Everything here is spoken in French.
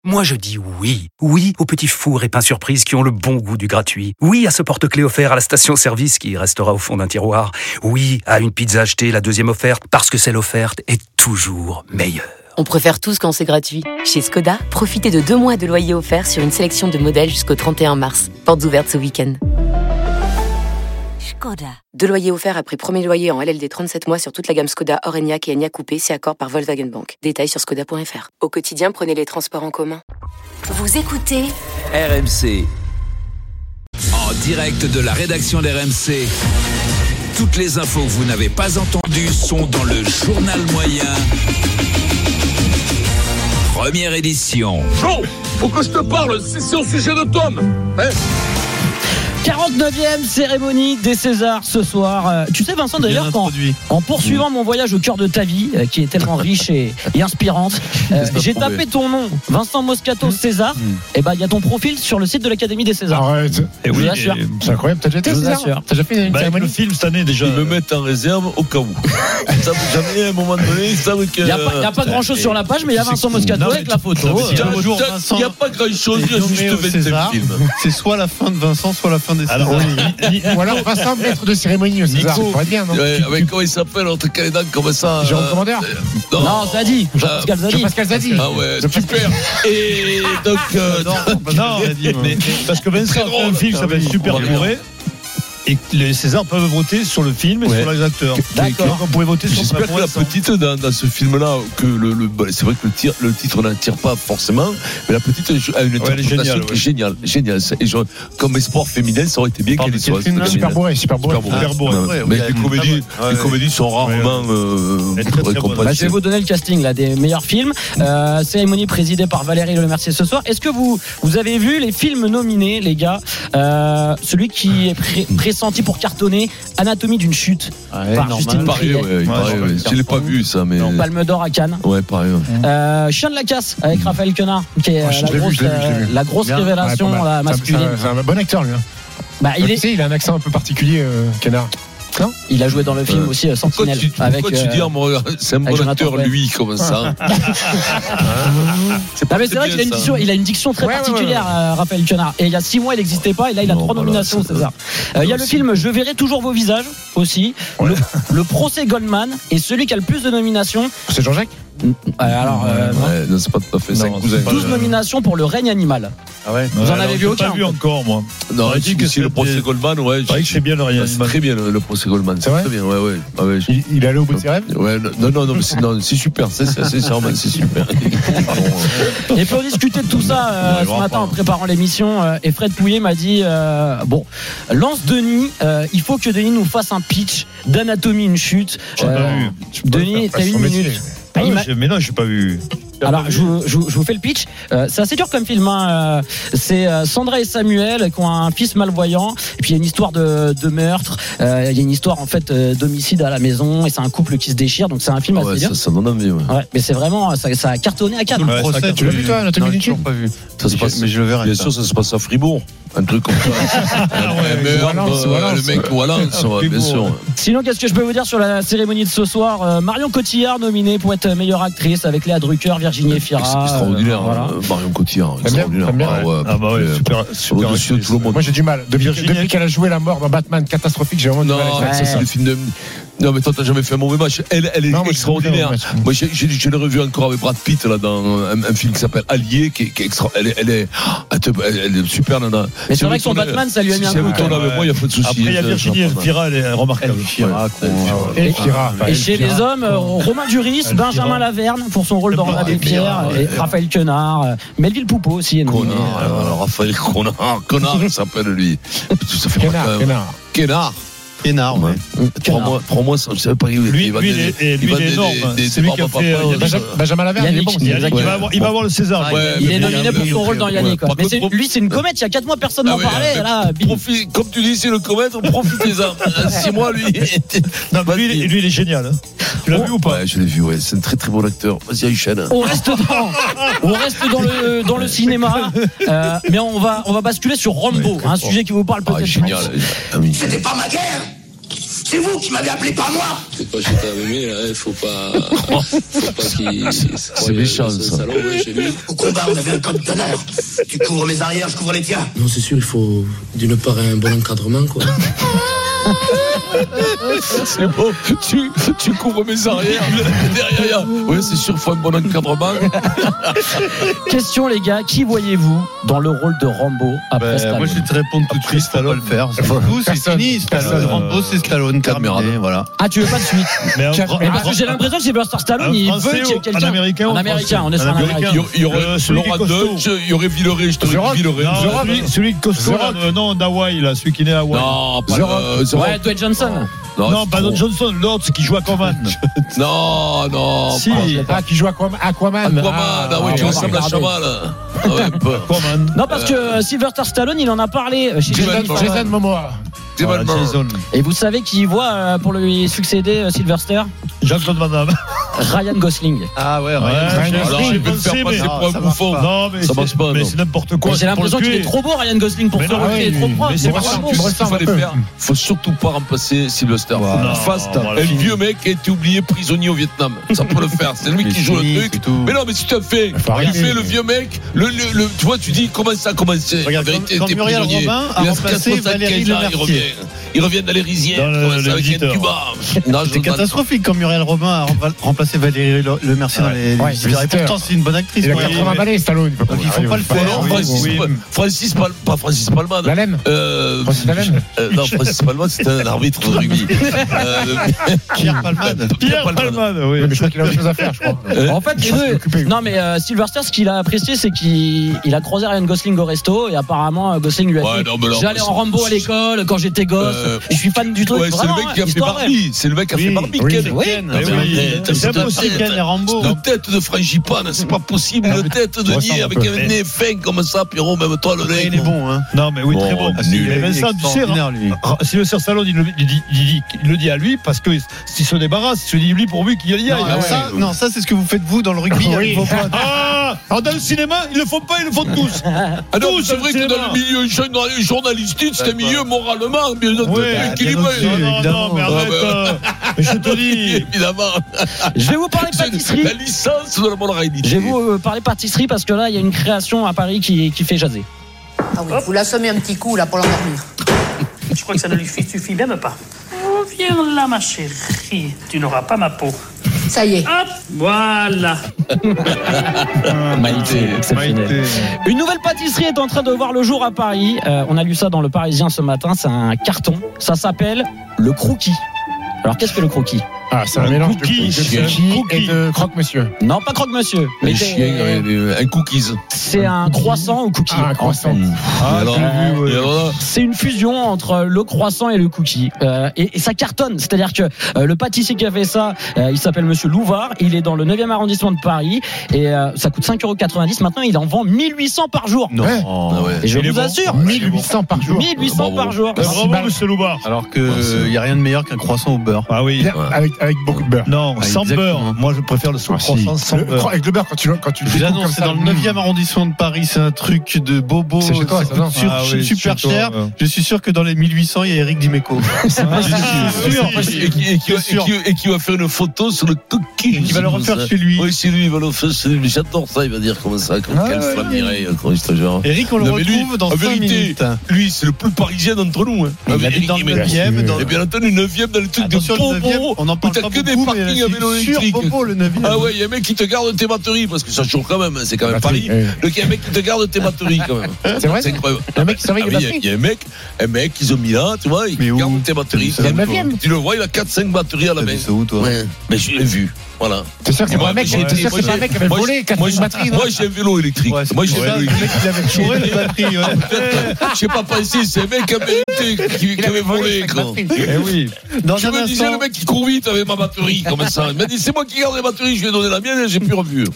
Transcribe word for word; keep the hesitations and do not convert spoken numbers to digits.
Moi je dis oui, oui aux petits fours et pains surprises qui ont le bon goût du gratuit. Oui à ce porte-clés offert à la station-service qui restera au fond d'un tiroir. Oui à une pizza achetée, la deuxième offerte, parce que celle offerte est toujours meilleure. On préfère tous quand c'est gratuit. Chez Skoda, profitez de deux mois de loyer offert sur une sélection de modèles jusqu'au trente et un mars. Portes ouvertes ce week-end. Skoda. Deux loyers offerts après premier loyer en L L D trente-sept mois sur toute la gamme Skoda, Orenia et Enyaq Coupé, c'est accord par Volkswagen Bank. Détails sur skoda point f r. Au quotidien, prenez les transports en commun. Vous écoutez R M C. En direct de la rédaction d'R M C. Toutes les infos que vous n'avez pas entendues sont dans le journal moyen. Première édition. Bon, faut que je te parle, c'est au sujet de Tom. Hein? quarante-neuvième cérémonie des Césars ce soir. Euh, tu sais Vincent d'ailleurs qu'en en poursuivant mmh. mon voyage au cœur de ta vie euh, qui est tellement riche et, et inspirante, euh, j'ai tapé ton nom, Vincent Moscato mmh. César, mmh. et bah il y a ton profil sur le site de l'Académie des Césars. Arrête. Et oui, et c'est incroyable, t'as déjà été César. T'as déjà fait une bah, cérémonie. Le film cette année déjà. Ils me mettent en réserve au cas où. Ça jamais à un moment donné, ils savent que. Il n'y a pas, a pas grand chose sur la page, mais il y a Vincent Moscato avec la photo. Il n'y a pas grand chose, il y a juste vingt films. C'est soit la fin de Vincent, soit la fin des Césars. Ou alors Vincent, maître de cérémonie au César, ça pourrait être bien, non? Ouais, avec comment il s'appelle, entre Calédan, comme ça. Jérôme Commandeur? Non, non, Zadi. Jean-Pascal Zadi. Jean-Pascal Zadi. Ah ouais, super. Et donc, euh, non, mais parce que Vincent a fait un film qui s'appelle Super Bourré. Et les Césars peuvent voter sur le film et ouais. sur les acteurs. D'accord. On pouvait voter sur. J'espère que la petite dans, dans ce film-là, que le, le c'est vrai que le, tir, le titre n'attire pas forcément, mais la petite a une interprétation ouais, géniale, qui est géniale, géniale. Et je, comme espoir féminin, ça aurait été bien qu'elle soit. Super bourré, super bourré, super bourré. Mais les comédies, les comédies sont rarement récompensées. Bah, je vais vous donner le casting là des meilleurs films. Euh, cérémonie présidée par Valérie Lemercier ce soir. Est-ce que vous vous avez vu les films nominés, les gars? euh, Celui qui est pré- pressenti pour cartonner, Anatomie d'une chute, ouais, par normal. Justine Triet. Ouais, ouais, ouais, ouais. Je l'ai pas vu ça, mais non, Palme d'Or à Cannes. Ouais, pareil. Ouais. Euh, Chien de la casse avec Raphaël Quenard, qui est oh, la, grosse, vu, euh, la grosse Bien. révélation ouais, la masculine. C'est un, c'est un bon acteur, lui. Hein. Bah, il, tu est... sais, il a un accent un peu particulier, euh, Quenard. Non, il a joué dans le film euh, aussi euh, Sentinelle. Pourquoi tu, avec, pourquoi tu euh, dis, oh, c'est un bon acteur, lui, comme ça. C'est, ah, mais c'est vrai qu'il a une, diction, il a une diction très ouais, particulière, ouais, ouais. Euh, Raphaël Quenard. Et il y a six mois, il n'existait pas. Et là, il a non, trois voilà, nominations, c'est ça. Euh, il y a le film Je verrai toujours vos visages aussi. Ouais. Le, le procès Goldman. Et celui qui a le plus de nominations. C'est Jean-Jacques. Alors, euh, ouais, non, c'est pas tout à fait ça. douze nominations pour Le règne animal. Ah ouais. Vous en ouais, avez vu aucun? Pas vu encore, moi. Non, dit que c'est le procès Goldman, ouais. C'est vrai que c'est bien Le règne animal. C'est très bien le procès Goldman. C'est vrai. Très bien, ouais, ouais. Ah, ouais. Il, il est allé au bout de ses rêves? Ouais, non, non, non, mais c'est, non, c'est super. C'est, c'est, c'est, c'est, c'est super. Et pour discuter de tout ça euh, ce matin en préparant l'émission, euh, et Fred Pouillet m'a dit euh, bon, lance Denis, euh, il faut que Denis nous fasse un pitch d'Anatomie une chute. Euh, Denis, t'as une minute. Ah, mais, mais non, je n'ai pas vu. Alors, je vous, je, je vous fais le pitch. Euh, c'est assez dur comme film. Hein. C'est euh, Sandra et Samuel qui ont un fils malvoyant. Et puis il y a une histoire de, de meurtre. Euh, il y a une histoire en fait euh, d'homicide à la maison. Et c'est un couple qui se déchire. Donc c'est un film assez ouais, dur. Ça, ça donne envie. Ouais. Ouais, mais c'est vraiment ça, ça a cartonné à Cannes. Ouais, procès, tu l'as vu toi, Anatomie d'une chute? Pas vu. Ça se passe, mais je le verrai. Bien sûr, ça se passe à Fribourg. Un truc comme ça. Ah ouais, Valence, Valence, le mec Valence, ouais, bien sûr. Sinon, qu'est-ce que je peux vous dire sur la cérémonie de ce soir? euh, Marion Cotillard nominée pour être meilleure actrice avec Léa Drucker, Virginie Efira. Extraordinaire, euh, voilà. Marion Cotillard. Extraordinaire. Bien, ah, ouais, ah bah ouais, super, super. Au-dessus de tout le monde. Moi j'ai du mal. Depuis, depuis qu'elle a joué la mort dans Batman catastrophique, j'ai vraiment du mal avec ça. C'est le film de. Non, mais toi, t'as jamais fait un mauvais match. Elle, elle est non, extraordinaire. Moi, j'ai, j'ai, je l'ai revu encore avec Brad Pitt là dans un, un film qui s'appelle Allié, qui est, qui est extra. Elle est, elle est, elle, elle est super nana. Mais c'est vrai que son Batman, ça lui a mis un coup. Si elle avec moi, il y a pas de souci. Après, il y a Virginie Efira, elle est remarquable. Efira. Et chez les hommes, Romain Duris, Benjamin Laverne pour son rôle dans Abbé Pierre, et Raphaël Quenard, Melville Poupeau aussi. Connard, Raphaël Connard, Connard, il s'appelle lui. Ça fait Quenard, Quenard. Quenard. Énorme, ouais. Prends-moi, prends-moi ça, je sais pas. Lui, lui, lui, il est énorme. C'est lui qui a fait Benjamin Laverne. Il est bon. Il va avoir le César. Il est nominé pour son rôle dans Yannick. Mais lui, c'est une comète. Il y a quatre mois, personne n'en parlait. Comme tu dis, c'est une comète. Profitez-en. Six mois, lui. Non, lui, lui, il est génial. Tu l'as vu ou pas? Ouais, je l'ai vu. Ouais, c'est un très très bon acteur. Vas-y, enchaîne. On reste dans, on reste dans le dans le cinéma, mais on va on va basculer sur Rambo, un sujet qui vous parle peut-être. Génial. C'était pas ma guerre. C'est vous qui m'avez appelé, pas moi. C'est pas j'étais allumé, là, il faut pas. Faut pas qu'il. C'est méchant, ça. Salon, ouais, chez lui. Au combat, on avait un code d'honneur. Tu couvres mes arrières, je couvre les tiens. Non, c'est sûr, il faut d'une part un bon encadrement, quoi. C'est bon, tu, tu couvres mes arrières derrière. Oui, c'est sûr, il faut un bon encadrement. Question, les gars, qui voyez-vous dans le rôle de Rambo après Ben, Stallone? moi, je vais te répondre tout de suite, faut pas le faire. C'est tout, c'est fini. Stallone, Rambo, c'est Stallone, terminé, voilà. Ah, tu veux pas de suite? Mais en- Mais parce que j'ai l'impression que Sylvester Stallone, Un il Français veut qu'il y ait ou- quelqu'un. un Américain ou Un un Américain, Français on est sur un Un Américain. Américain. Il y aurait Euh, celui qui est Laurent costaud. Dutch, il y aurait Villeray, je te Non, dis Villeray. celui, celui de Costco, là, euh, non, d'Hawaï, là, celui qui est né à Hawaï. Non, pas The Rock. le- The Rock. Ouais, Dwayne Johnson. Non, c'est pas trop. Don Johnson, l'autre qui joue à Coman. Non, non. Si. pas- Ah, qui joue Aquaman. Aquaman. Aquaman, Ah, ah oui, qui ah, ressemble à pardon. Chamal. Ah ouais, un peu. Coman. Non, parce que euh, Sylvester Stallone, il en a parlé chez Jason- Jimmy Fallon. Jason Momoa. Voilà, Jason. Et vous savez qui voit euh, pour lui succéder euh, Sylvester? Jean-Claude Van Damme. Ryan Gosling. Ah ouais, Ouais, Ryan j'ai- Alors, j'ai il veut me pensé, faire passer mais- pour un ça marche bouffon. pas. Non, mais Ça c'est- marche pas, mais non. c'est n'importe quoi. J'ai c'est pour l'impression le qu'il est tuer. trop beau, Ryan Gosling, pour Mais se non, recréer. Il est trop oui, propre. mais c'est c'est pas pas ça, bon. Tu sais ce qu'il ressemble un fallait peu. faire. Faut surtout pas remplacer Sylvester. Voilà. Fast. Voilà. Un vieux mec qui a été oublié prisonnier au Vietnam. Ça peut le faire. C'est lui Mais qui joue fini, le truc. c'est tout. Mais non, mais si tu as fait, faut il arrêter. fait le vieux mec. Le, le, le- tu vois, tu dis comment ça a commencé. Regarde, En vérité, quand- t'es quand Muriel prisonnier. Robin a Il a remplacé soixante-quinze Valérie ans, il Lemercier. revient. Il revient dans les rizières. Dans le- comme ça, le avec un visiteur. tuba. Non, je C'était demande- catastrophique quand Muriel Robin a rem- remplacé Valérie Le, le Mercier dans les Ouais, visiteurs. Et visiteur. pourtant, c'est une bonne actrice. Il a Oui, quatre-vingts mais- balais, Stallone. Il peut pas Donc, il faut pas le faire. Non, Oui, Francis, oui. Francis Pal- pas Francis Palman. La laine. Euh, Francis Lalanne. euh, non, Francis Palman, c'était un arbitre de rugby. Euh, Pierre Palmade. Pierre Palman, oui. Mais je crois qu'il a autre chose à faire, je crois. En fait, les deux- non mais euh, Sylvester, ce qu'il a apprécié, c'est qu'il il a croisé Ryan Gosling au resto et apparemment euh, Gosling lui a Ouais, dit non, mais alors, j'allais en c'est- Rambo à l'école quand j'étais gosse. Euh, Je suis fan du truc. Ouais, c'est le Vraiment, mec qui a hein, fait histoire vraie. Barbie. C'est le mec qui a fait Oui, Barbie. oui, Ken. oui. Ken. Eh Ah, oui. mais tête- C'est tête- possible, tête- Ken et Rambo. Une tête de frangipane, c'est pas possible. Une tête de ressemble nier un avec peu. un nez fin comme ça, Pierrot, même toi, le nez. Il est bon, hein. Non, mais oui, très Bon, bon. ah, c'est Mais nul. Vincent, tu sais, Extraordinaire, lui. Ra- Sylvester Stallone, il, le- il dit- il dit- il le dit à lui parce que s'il se débarrasse, il se dit lui pourvu qu'il y aille. Non, Ah ouais. ça, non, ça, c'est ce que vous faites vous dans le rugby. Oui. avec vos potes. Ah, alors dans le cinéma, ils le font pas, ils le font tous. Ah non, Tous, c'est vrai que cinéma. dans le milieu journal- journalistique, c'est un milieu moralement bien Ouais, équilibré. bien Non, non, évidemment. non, mais arrête. Ah, bah, euh, mais je te dis. Évidemment. Je vais vous parler C'est pâtisserie. la licence de la moralité. Je vais vous euh, parler pâtisserie parce que là, il y a une création à Paris qui, qui fait jaser. Ah oui, vous l'assommez un petit coup là pour l'endormir. Je crois que ça ne lui suffit même pas. Oh, viens là, ma chérie. Tu n'auras pas ma peau. Ça y est. Hop, voilà. Magnifique, exceptionnel. Une nouvelle pâtisserie est en train de voir le jour à Paris. Euh, on a lu ça dans le Parisien ce matin. C'est un carton. Ça s'appelle le Crookie. Alors qu'est-ce que le Crookie? Ah, c'est un Un mélange de cookie, de chien. cookie Cookie. et de croque-monsieur. Non, pas croque-monsieur. Un Mais chien, c'est- euh, un cookies. c'est un croissant au cookie. Ah, un croissant. Ah, alors, j'ai vu, ouais. et alors là, C'est une fusion entre le croissant et le cookie. Euh, et, et ça cartonne. C'est-à-dire que euh, le pâtissier qui a fait ça, euh, il s'appelle Monsieur Louvard. Il est dans le neuvième arrondissement de Paris. Et euh, ça coûte cinq euros quatre-vingt-dix. Maintenant, il en vend mille huit cents par jour. Non. Ouais. ah ouais. Et je Il est vous bon. assure, mille huit cents par jour. mille huit cents Bravo. par jour. Eh, Bravo, Bah, monsieur Loubard. Alors qu'il n'y a rien de meilleur qu'un croissant au beurre. Ah oui. Bien, Avec, avec beaucoup de beurre. Non, Ah, sans exactement. beurre. Moi, je préfère le Ah, si. croissant sans Le- beurre. Avec le beurre, quand tu, le- quand tu le Je vous découpes annonce, comme c'est ça, dans le mmh. neuvième arrondissement de Paris, c'est un truc de bobo, C'est chez toi, ça ça, coûte non sur- Ah oui, super chez toi, cher. ouais. Je suis sûr que dans les mille huit cents, il y a Eric Dimeco. Ah, sûr. Et qui, et, qui, C'est sûr. et, qui, et qui va faire une photo sur le cookie. Qui va le refaire Ça. chez lui. Oui, c'est lui, il va le faire chez lui. J'adore ça, il va dire comme ça. Comme Ah, quelle ouais. flamme Mireille, quand je te jure. Eric, on le Non, mais lui, retrouve dans en cinq vérité, minutes. lui, c'est le plus parisien d'entre nous. Hein. Il Ah, mais habite dans le mais- neuvième. dans- Et bien entendu, neuvième dans le truc Attention, de le neuvième, Bobo. on en Où parle t'as pas que des beaucoup, mais parkings à vélo c'est sur électrique. Bobo, le neuvième. Ah ouais, il y a un mec qui te garde tes batteries, parce que ça chauffe quand même, hein, c'est quand même Batterie, Paris. oui. Le il y a un mec qui te garde tes batteries quand même. C'est vrai, C'est incroyable. Le mec qui surveille Ah les oui, il y a- batteries. il y a un mec, un mec qu'ils ont mis là, tu vois, il Mais où garde tes batteries. C'est le neuvième. Tu le vois, il a quatre cinq batteries à la T'as main. vu ça où, toi? Ouais, mais je l'ai vu. Voilà. T'es sûr que c'est Moi, pas un mec, j'ai t'es été- sûr que moi, c'est pas un j'ai- mec qui avait moi, volé quatre moi, batteries, non Moi, j'ai un vélo électrique. Ouais, c'est Moi, j'ai pour un ça, vélo le mec, électrique. il avait chouré les batteries, ouais. Je sais pas pensé, c'est un mec qui avait, qui, qui avait volé, quoi. Eh oui. Dans Je un me disais, instant, le mec qui court vite avec ma batterie, comme ça. Il m'a dit, c'est moi qui garde les batteries, je lui ai donné la mienne et j'ai plus revu.